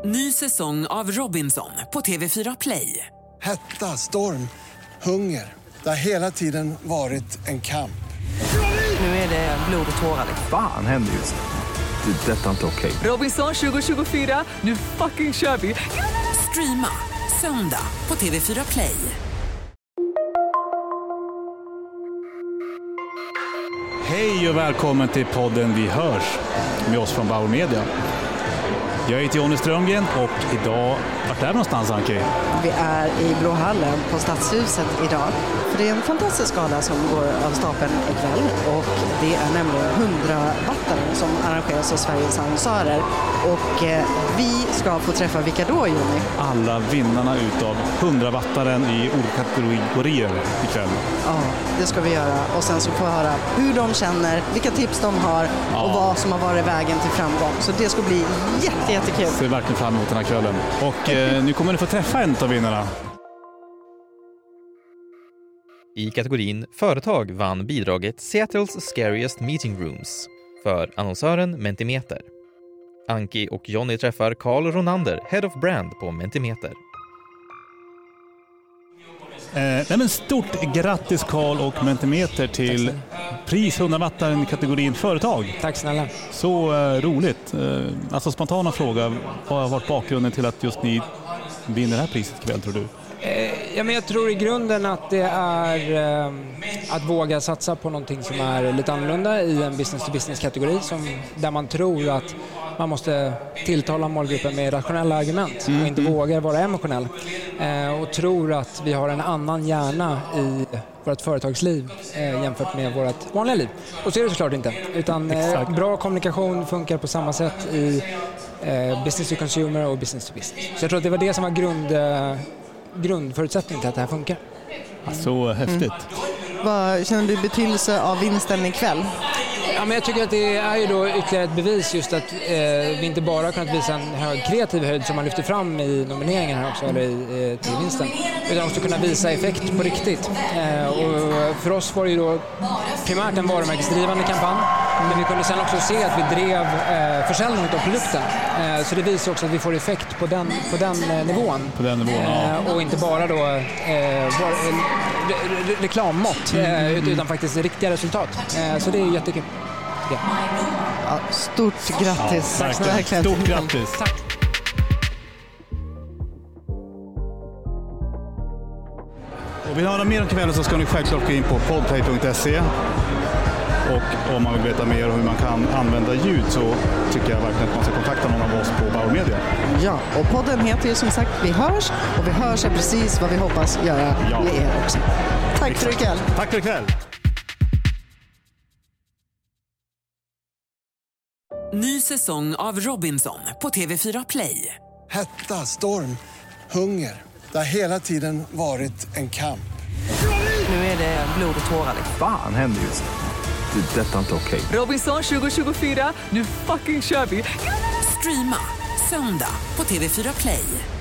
Ny säsong av Robinson på TV4 Play. Hetta, storm, hunger. Det har hela tiden varit en kamp. Nu är det blod och tårar. Fan händer just nu. Det. Detta är inte okej. Robinson 2024, nu fucking kör vi. Streama söndag på TV4 Play. Hej och välkommen till podden Vi hörs med oss från Bauer Media. Jag heter Jonny Strömgren och idag, vart är vi någonstans, Anki? Vi är i Blå hallen på Stadshuset idag. För det är en fantastisk gala som går av stapeln ikväll. Och det är nämligen 100-wattaren som arrangeras av Sveriges annonsörer. Och vi ska få träffa vilka då, Jonny? Alla vinnarna utav 100-wattaren i olika kategorier ikväll. Ja, det ska vi göra. Och sen så får vi höra hur de känner, vilka tips de har och vad som har varit vägen till framgång. Så det ska bli jättekul. Ser verkligen fram emot den här kvällen. Och nu kommer ni få träffa en av vinnarna. I kategorin Företag vann bidraget Seattle's Scariest Meeting Rooms för annonsören Mentimeter. Anki och Jonny träffar Carl Ronander, Head of Brand på Mentimeter. Men stort grattis Carl och Mentimeter till pris 100-wattaren i kategorin Företag. Tack snälla. Så roligt. Alltså spontana fråga, vad har varit bakgrunden till att just ni vinner det här priset ikväll, tror du? Ja, men jag tror i grunden att det är att våga satsa på någonting som är lite annorlunda i en business-to-business-kategori där man tror att man måste tilltala målgruppen med rationella argument och inte vågar vara emotionell och tror att vi har en annan hjärna i vårt företagsliv jämfört med vårt vanliga liv. Och så är det såklart inte. Utan bra kommunikation funkar på samma sätt i business to consumer och business to business. Så jag tror att det var det som var grundförutsättningen till att det här funkar. Så häftigt. Vad känner du betydelse av vinsten ikväll? Ja, men jag tycker att det är ju då ytterligare ett bevis just att vi inte bara kunnat visa en hög kreativ höjd som man lyfter fram i nomineringen här också, eller till vinsten, utan också kunna visa effekt på riktigt. Och för oss var det ju då primärt en varumärkesdrivande kampanj, men vi kunde sen också se att vi drev försäljning av produkten. Så det visar också att vi får effekt på den nivån. På den nivån, ja. Och inte bara då reklammått, utan faktiskt riktiga resultat. Så det är jättekul. Ja, stort grattis. Ja, verkligen. Stort grattis. Tack. Och vill ni höra mer om kvällen så ska ni självklart gå in på podplay.se. Och om man vill veta mer om hur man kan använda ljud så tycker jag verkligen att man ska kontakta någon av oss på Bauer Media. Ja, och podden heter ju som sagt Vi hörs, och Vi hörs är precis vad vi hoppas göra med er också. Tack för ikväll. Tack för ikväll. Ny säsong av Robinson på TV4 Play. Hetta, storm, hunger. Det har hela tiden varit en kamp. Nu är det blod och tårar. Fan händer just nu. Detta är inte okej. Robinson 2024, nu fucking kör vi. Streama söndag på TV4 Play.